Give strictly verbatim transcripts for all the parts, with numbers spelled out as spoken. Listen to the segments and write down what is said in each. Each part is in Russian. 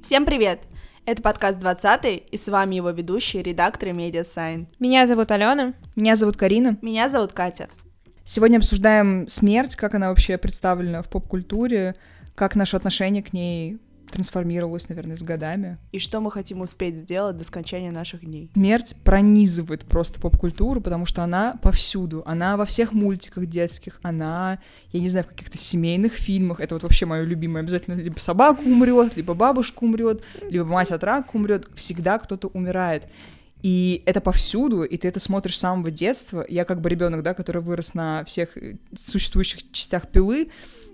Всем привет! Это подкаст двадцатый, и с вами его ведущие, редакторы Медиасайн. Меня зовут Алена. Меня зовут Карина. Меня зовут Катя. Сегодня обсуждаем смерть, как она вообще представлена в поп-культуре, как наше отношение к ней трансформировалось, наверное, с годами. И что мы хотим успеть сделать до скончания наших дней. Смерть пронизывает просто поп-культуру, потому что она повсюду. Она во всех мультиках детских, она, я не знаю, в каких-то семейных фильмах. Это вот вообще мое любимое. Обязательно либо собака умрет, либо бабушка умрет, либо мать от рака умрет. Всегда кто-то умирает. И это повсюду, и ты это смотришь с самого детства. Я как бы ребенок, да, который вырос на всех существующих частях пилы,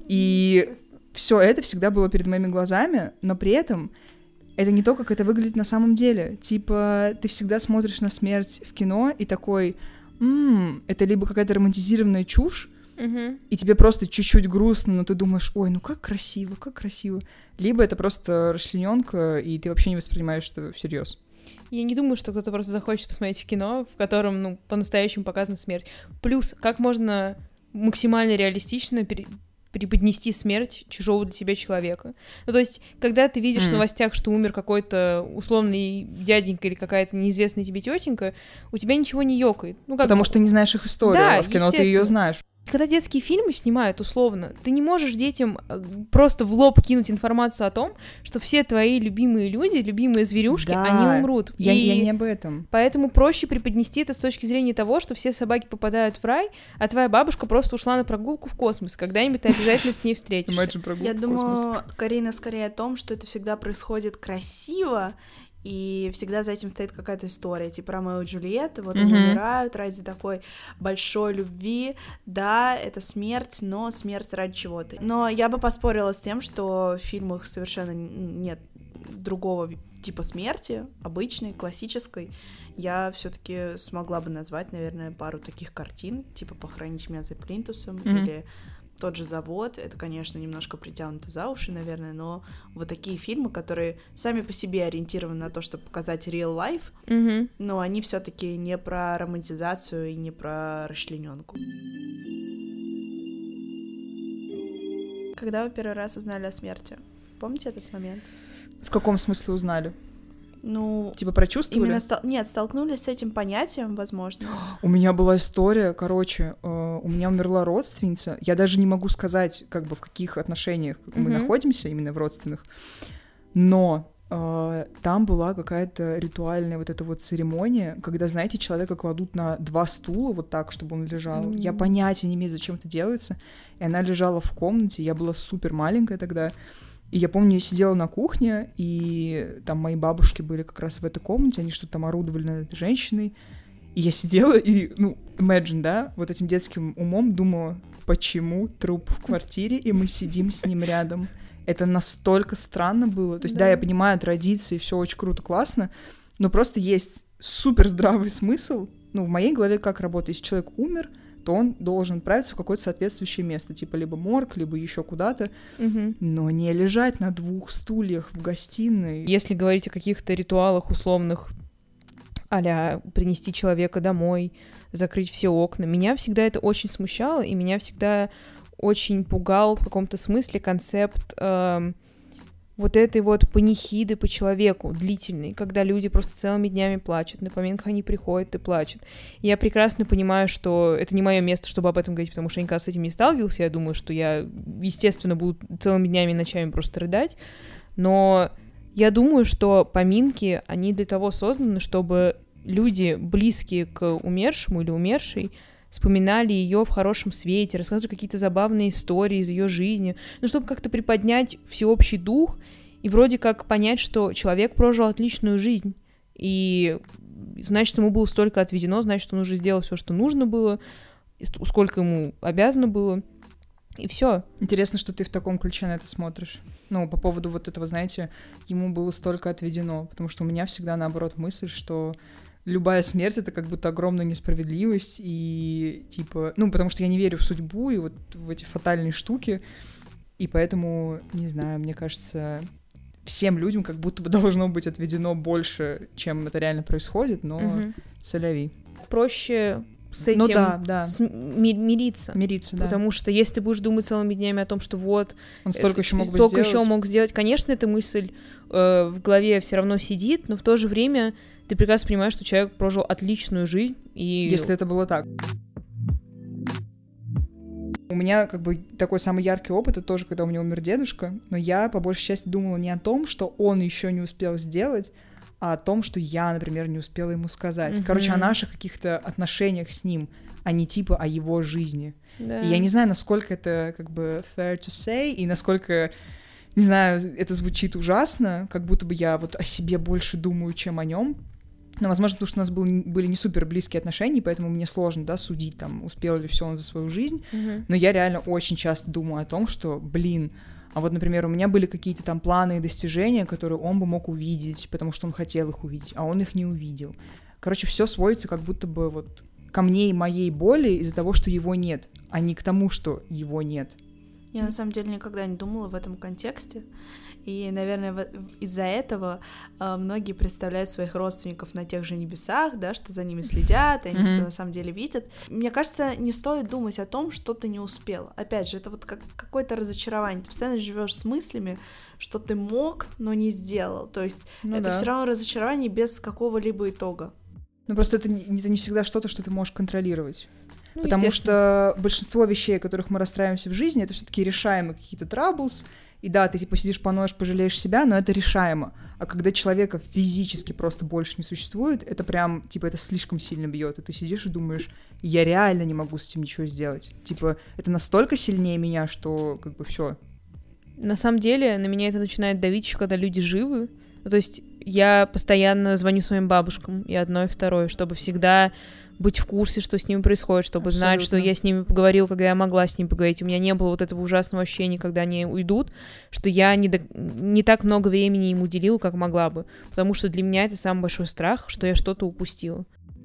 и все это всегда было перед моими глазами, но при этом это не то, как это выглядит на самом деле. Типа, ты всегда смотришь на смерть в кино и такой, м-м, это либо какая-то романтизированная чушь, Угу. и тебе просто чуть-чуть грустно, но ты думаешь, ой, ну как красиво, как красиво. Либо это просто расчленёнка, и ты вообще не воспринимаешь это всерьез. Я не думаю, что кто-то просто захочет посмотреть кино, в котором, ну, по-настоящему показана смерть. Плюс, как можно максимально реалистично пере- преподнести смерть чужого для тебя человека. Ну, то есть, когда ты видишь mm. в новостях, что умер какой-то условный дяденька или какая-то неизвестная тебе тетенька, у тебя ничего не ёкает. Ну, как Потому бы... что ты не знаешь их историю, да, а в кино ты ее знаешь. Когда детские фильмы снимают, условно, ты не можешь детям просто в лоб кинуть информацию о том, что все твои любимые люди, любимые зверюшки, да, они умрут. Я, И я не об этом. Поэтому проще преподнести это с точки зрения того, что все собаки попадают в рай, а твоя бабушка просто ушла на прогулку в космос. Когда-нибудь ты обязательно с ней встретишься. Я думаю, Карина, скорее о том, что это всегда происходит красиво, и всегда за этим стоит какая-то история, типа Ромео и Джульетта, вот mm-hmm. они умирают ради такой большой любви, да, это смерть, но смерть ради чего-то. Но я бы поспорила с тем, что в фильмах совершенно нет другого типа смерти, обычной, классической. Я все-таки смогла бы назвать, наверное, пару таких картин, типа «Похоронить меня за плинтусом» mm-hmm. или «Тот же завод». Это, конечно, немножко притянуто за уши, наверное, но вот такие фильмы, которые сами по себе ориентированы на то, чтобы показать real life, mm-hmm. но они все-таки не про романтизацию и не про расчлененку. Когда вы первый раз узнали о смерти? Помните этот момент? В каком смысле узнали? Ну, типа прочувствовали? Именно стал... Нет, столкнулись с этим понятием, возможно. У меня была история, короче, э, у меня умерла родственница. Я даже не могу сказать, как бы в каких отношениях mm-hmm. мы находимся именно в родственных, но э, там была какая-то ритуальная вот эта вот церемония, когда, знаете, человека кладут на два стула вот так, чтобы он лежал. Mm-hmm. Я понятия не имею, зачем это делается. И она лежала в комнате, я была супер маленькая тогда. И я помню, я сидела на кухне, и там мои бабушки были как раз в этой комнате, они что-то там орудовали над этой женщиной. И я сидела и, ну, imagine, да, вот этим детским умом думала, почему труп в квартире, и мы сидим с ним рядом. Это настолько странно было. То есть, да, да я понимаю традиции, все очень круто, классно, но просто есть супер здравый смысл. Ну, в моей голове как работает? Если человек умер, то он должен отправиться в какое-то соответствующее место, типа либо морг, либо еще куда-то, угу. но не лежать на двух стульях в гостиной. Если говорить о каких-то ритуалах условных, а-ля принести человека домой, закрыть все окна, меня всегда это очень смущало, и меня всегда очень пугал в каком-то смысле концепт э, вот этой вот панихиды по человеку длительной, когда люди просто целыми днями плачут, на поминках они приходят и плачут. И я прекрасно понимаю, что это не мое место, чтобы об этом говорить, потому что я никогда с этим не сталкивался, я думаю, что я, естественно, буду целыми днями и ночами просто рыдать, но я думаю, что поминки, они для того созданы, чтобы люди, близкие к умершему или умершей, вспоминали ее в хорошем свете, рассказывали какие-то забавные истории из ее жизни, ну, чтобы как-то приподнять всеобщий дух и вроде как понять, что человек прожил отличную жизнь, и значит, ему было столько отведено, значит, он уже сделал все, что нужно было, сколько ему обязано было, и все. Интересно, что ты в таком ключе на это смотришь. Ну, по поводу вот этого, знаете, ему было столько отведено, потому что у меня всегда, наоборот, мысль, что любая смерть — это как будто огромная несправедливость, и типа, ну, потому что я не верю в судьбу и вот в эти фатальные штуки, и поэтому, не знаю, мне кажется, всем людям как будто бы должно быть отведено больше, чем это реально происходит, но угу. соляви. Проще с этим ну, да, да. С, ми, мириться. Мириться, да. Потому что если ты будешь думать целыми днями о том, что вот... Он столько еще мог бы столько сделать. еще мог сделать. Конечно, эта мысль э, в голове все равно сидит, но в то же время ты прекрасно понимаешь, что человек прожил отличную жизнь. И... Если это было так. У меня как бы такой самый яркий опыт, это тоже, когда у меня умер дедушка, но я по большей части думала не о том, что он еще не успел сделать, а о том, что я, например, не успела ему сказать. Mm-hmm. Короче, о наших каких-то отношениях с ним, а не типа о его жизни. Да. И я не знаю, насколько это как бы fair to say, и насколько, не знаю, это звучит ужасно, как будто бы я вот о себе больше думаю, чем о нем. Но, возможно, потому что у нас был, были не супер близкие отношения, поэтому мне сложно, да, судить, там, успел ли все он за свою жизнь. Mm-hmm. Но я реально очень часто думаю о том, что, блин, а вот, например, у меня были какие-то там планы и достижения, которые он бы мог увидеть, потому что он хотел их увидеть, а он их не увидел. Короче, все сводится как будто бы вот ко мне и моей боли из-за того, что его нет, а не к тому, что его нет. Я, на самом деле, никогда не думала в этом контексте. И, наверное, из-за этого э, многие представляют своих родственников на тех же небесах, да, что за ними следят, и они mm-hmm. все на самом деле видят. Мне кажется, не стоит думать о том, что ты не успел. Опять же, это вот как какое-то разочарование. Ты постоянно живешь с мыслями, что ты мог, но не сделал. То есть ну это да. все равно разочарование без какого-либо итога. Ну просто это не, это не всегда что-то, что ты можешь контролировать. Ну, потому что большинство вещей, о которых мы расстраиваемся в жизни, это все-таки решаемые какие-то troubles. И да, ты типа сидишь, поноешь, пожалеешь себя, но это решаемо. А когда человека физически просто больше не существует, это прям, типа, это слишком сильно бьет. И ты сидишь и думаешь, я реально не могу с этим ничего сделать. Типа, это настолько сильнее меня, что как бы все. На самом деле, на меня это начинает давить еще, когда люди живы. То есть я постоянно звоню своим бабушкам, и одной, и второй, чтобы всегда быть в курсе, что с ними происходит, чтобы Абсолютно. Знать, что я с ними поговорила, когда я могла с ними поговорить. У меня не было вот этого ужасного ощущения, когда они уйдут, что я не, до... не так много времени им уделила, как могла бы. Потому что для меня это самый большой страх, что я что-то упустила.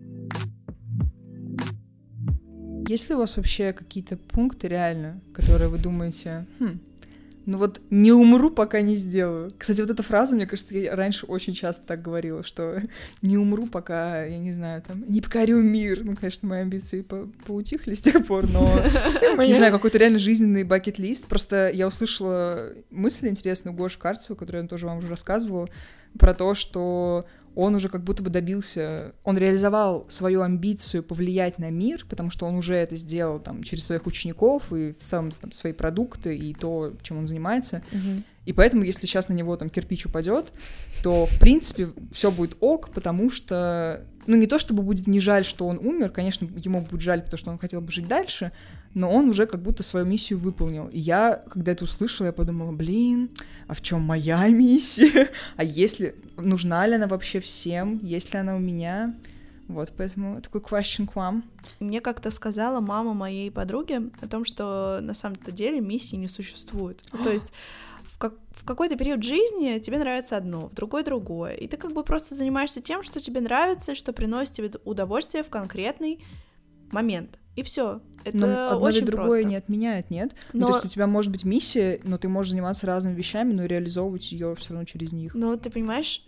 Есть ли у вас вообще какие-то пункты реально, которые вы думаете... Хм, ну вот не умру, пока не сделаю. Кстати, вот эта фраза, мне кажется, я раньше очень часто так говорила, что не умру, пока, я не знаю, там, не покорю мир. Ну, конечно, мои амбиции по- поутихли с тех пор, но, не знаю, какой-то реально жизненный бакет-лист. Просто я услышала мысль интересную Гоши Карцева, которую я тоже вам уже рассказывала, про то, что он уже как будто бы добился, он реализовал свою амбицию повлиять на мир, потому что он уже это сделал там через своих учеников и в целом там, свои продукты и то, чем он занимается. Uh-huh. И поэтому, если сейчас на него там кирпич упадет, то в принципе все будет ок, потому что, ну не то чтобы будет не жаль, что он умер, конечно, ему будет жаль, потому что он хотел бы жить дальше, но он уже как будто свою миссию выполнил. И я, когда это услышала, я подумала, блин, а в чем моя миссия? А если, нужна ли она вообще всем? Есть ли она у меня? Вот, поэтому такой question к вам. Мне как-то сказала мама моей подруги о том, что на самом-то деле миссии не существует. То есть в, как, в какой-то период жизни тебе нравится одно, в другой другое. И ты как бы просто занимаешься тем, что тебе нравится, и что приносит тебе удовольствие в конкретный момент. И все. Это но одно очень или другое просто. Не отменяет, нет? Но... Ну, то есть у тебя может быть миссия, но ты можешь заниматься разными вещами, но реализовывать ее все равно через них. Но ты понимаешь,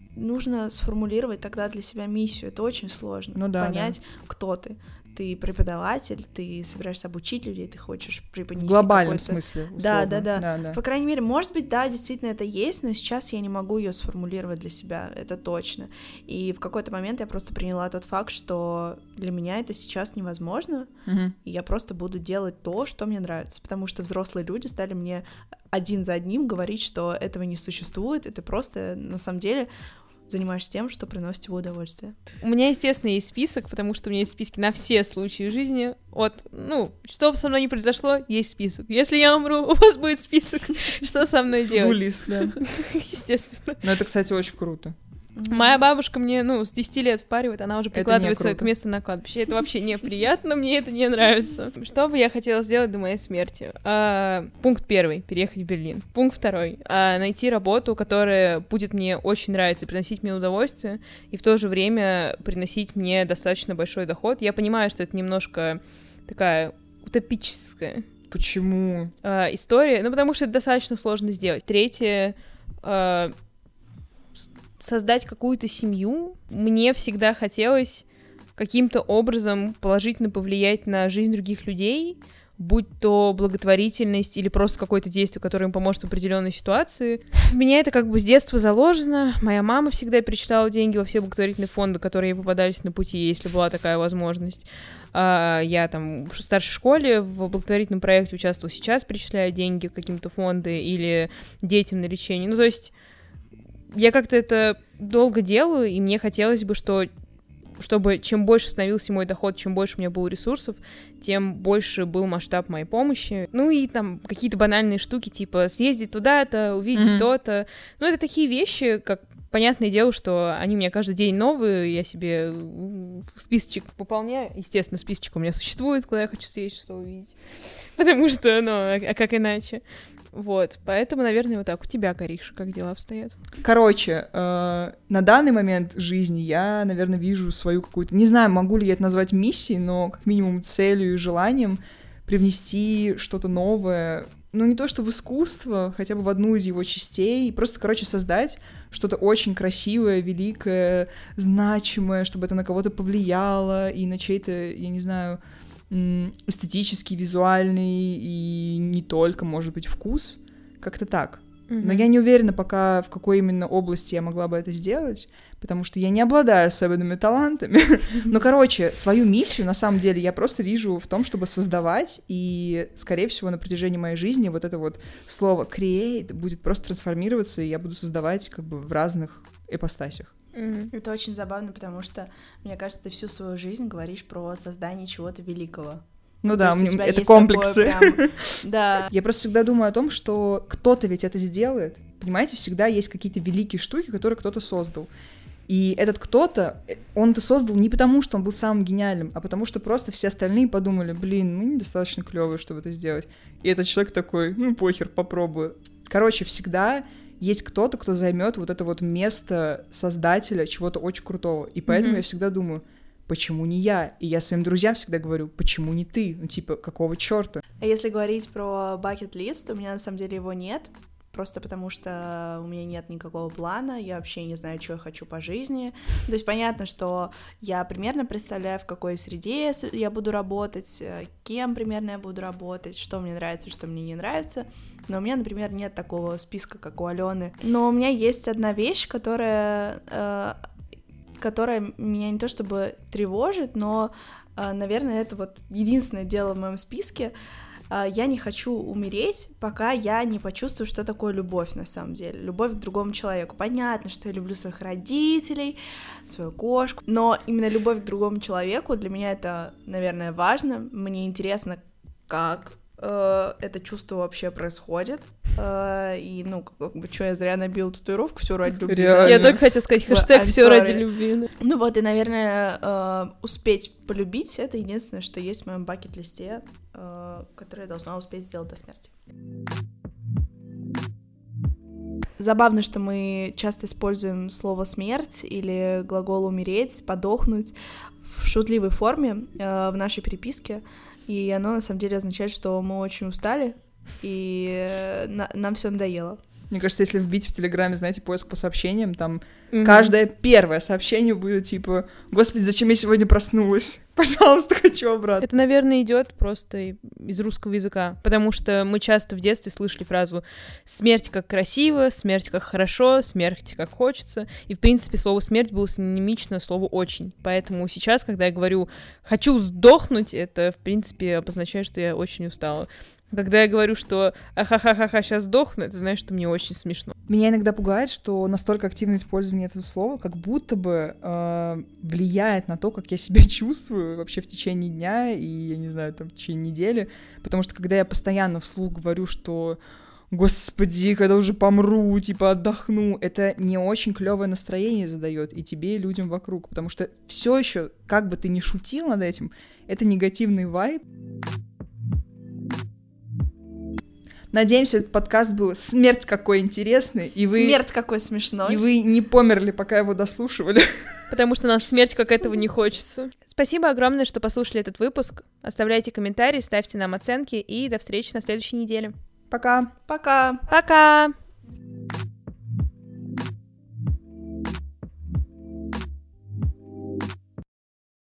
нужно сформулировать тогда для себя миссию. Это очень сложно. Ну, да, понять, да. кто ты. Ты преподаватель, ты собираешься обучить людей, ты хочешь преподнести в глобальном какой-то... смысле, условно. Да, да, да, да, да. По крайней мере, может быть, да, действительно это есть, но сейчас я не могу ее сформулировать для себя, это точно. И в какой-то момент я просто приняла тот факт, что для меня это сейчас невозможно, угу. и я просто буду делать то, что мне нравится, потому что взрослые люди стали мне один за одним говорить, что этого не существует, это просто, на самом деле... занимаешься тем, что приносит тебе удовольствие. У меня, естественно, есть список, потому что у меня есть списки на все случаи жизни. Вот, ну, что бы со мной ни произошло, есть список. Если я умру, у вас будет список, что со мной делать. To-do list, да. Естественно. Но это, кстати, очень круто. Моя бабушка мне, ну, с десяти лет впаривает, она уже прикладывается к месту на кладбище. Это вообще неприятно, мне это не нравится. Что бы я хотела сделать до моей смерти? А, пункт первый — переехать в Берлин. Пункт второй а, — найти работу, которая будет мне очень нравиться, приносить мне удовольствие, и в то же время приносить мне достаточно большой доход. Я понимаю, что это немножко такая утопическая Почему? а, история, ну, потому что это достаточно сложно сделать. Третье а, — создать какую-то семью. Мне всегда хотелось каким-то образом положительно повлиять на жизнь других людей, будь то благотворительность или просто какое-то действие, которое им поможет в определенной ситуации. В меня это как бы с детства заложено. Моя мама всегда перечисляла деньги во все благотворительные фонды, которые ей попадались на пути, если была такая возможность. А я там в старшей школе в благотворительном проекте участвовала, сейчас перечисляю деньги в какие-то фонды или детям на лечение. Ну, то есть я как-то это долго делаю, и мне хотелось бы, что чтобы чем больше становился мой доход, чем больше у меня было ресурсов, тем больше был масштаб моей помощи. Ну и там какие-то банальные штуки, типа съездить туда-то, увидеть mm-hmm. то-то. Ну это такие вещи, как понятное дело, что они у меня каждый день новые, я себе списочек пополняю. Естественно, списочек у меня существует, куда я хочу съездить, что увидеть. Потому что, ну, а как иначе? Вот, поэтому, наверное, вот так. У тебя, Кариша, как дела обстоят? Короче, э, на данный момент жизни я, наверное, вижу свою какую-то... Не знаю, могу ли я это назвать миссией, но как минимум целью и желанием привнести что-то новое, ну, не то что в искусство, хотя бы в одну из его частей, просто, короче, создать что-то очень красивое, великое, значимое, чтобы это на кого-то повлияло, и на чей-то, я не знаю... эстетический, визуальный и не только, может быть, вкус. Как-то так. Mm-hmm. Но я не уверена пока, в какой именно области я могла бы это сделать, потому что я не обладаю особенными талантами. Но, короче, свою миссию, на самом деле, я просто вижу в том, чтобы создавать, и, скорее всего, на протяжении моей жизни вот это вот слово «create» будет просто трансформироваться, и я буду создавать как бы в разных ипостасях. Mm-hmm. Это очень забавно, потому что, мне кажется, ты всю свою жизнь говоришь про создание чего-то великого. Ну да, это комплексы. Прям... Да. Я просто всегда думаю о том, что кто-то ведь это сделает. Понимаете, всегда есть какие-то великие штуки, которые кто-то создал. И этот кто-то, он это создал не потому, что он был самым гениальным, а потому что просто все остальные подумали, блин, мы недостаточно клёвые, чтобы это сделать. И этот человек такой, ну похер, попробую. Короче, всегда... есть кто-то, кто займет вот это вот место создателя чего-то очень крутого. И поэтому mm-hmm. я всегда думаю, почему не я? И я своим друзьям всегда говорю, почему не ты? Ну, типа, какого чёрта? А если говорить про bucket-list, у меня на самом деле его нет, просто потому что у меня нет никакого плана, я вообще не знаю, что я хочу по жизни. То есть понятно, что я примерно представляю, в какой среде я буду работать, кем примерно я буду работать, что мне нравится, что мне не нравится. Но у меня, например, нет такого списка, как у Алены. Но у меня есть одна вещь, которая, э, которая меня не то чтобы тревожит, но, э, наверное, это вот единственное дело в моем списке. Я не хочу умереть, пока я не почувствую, что такое любовь на самом деле, любовь к другому человеку. Понятно, что я люблю своих родителей, свою кошку, но именно любовь к другому человеку для меня это, наверное, важно. Мне интересно, как э, это чувство вообще происходит. Э, и, ну, как бы, что я зря набила татуировку «Всё ради любви». Реально. Я только хотела сказать хэштег «Всё ради любви». Ну вот, и, наверное, э, успеть полюбить — это единственное, что есть в моем бакет-листе, э, которое я должна успеть сделать до смерти. Забавно, что мы часто используем слово «смерть» или глагол «умереть», «подохнуть» в шутливой форме э, в нашей переписке, и оно на самом деле означает, что мы очень устали, и на- нам все надоело. Мне кажется, если вбить в Телеграме, знаете, поиск по сообщениям, там Mm-hmm. каждое первое сообщение будет типа «Господи, зачем я сегодня проснулась? Пожалуйста, хочу обратно». Это, наверное, идет просто из русского языка, потому что мы часто в детстве слышали фразу «смерть как красиво», «смерть как хорошо», «смерть как хочется», и, в принципе, слово «смерть» было синонимично слову «очень», поэтому сейчас, когда я говорю «хочу сдохнуть», это, в принципе, обозначает, что я очень устала. Когда я говорю, что ахахахаха, сейчас сдохну, это значит, что мне очень смешно. Меня иногда пугает, что настолько активное использование этого слова как будто бы э, влияет на то, как я себя чувствую вообще в течение дня и, я не знаю, там, в течение недели. Потому что когда я постоянно вслух говорю, что «Господи, когда уже помру, типа отдохну», это не очень клевое настроение задает и тебе, и людям вокруг. Потому что все еще, как бы ты ни шутил над этим, это негативный вайб. Надеемся, этот подкаст был «Смерть какой интересный», и вы... Смерть какой смешной. И вы не померли, пока его дослушивали. Потому что нам смерть как этого не хочется. Спасибо огромное, что послушали этот выпуск. Оставляйте комментарии, ставьте нам оценки, и до встречи на следующей неделе. Пока. Пока. Пока.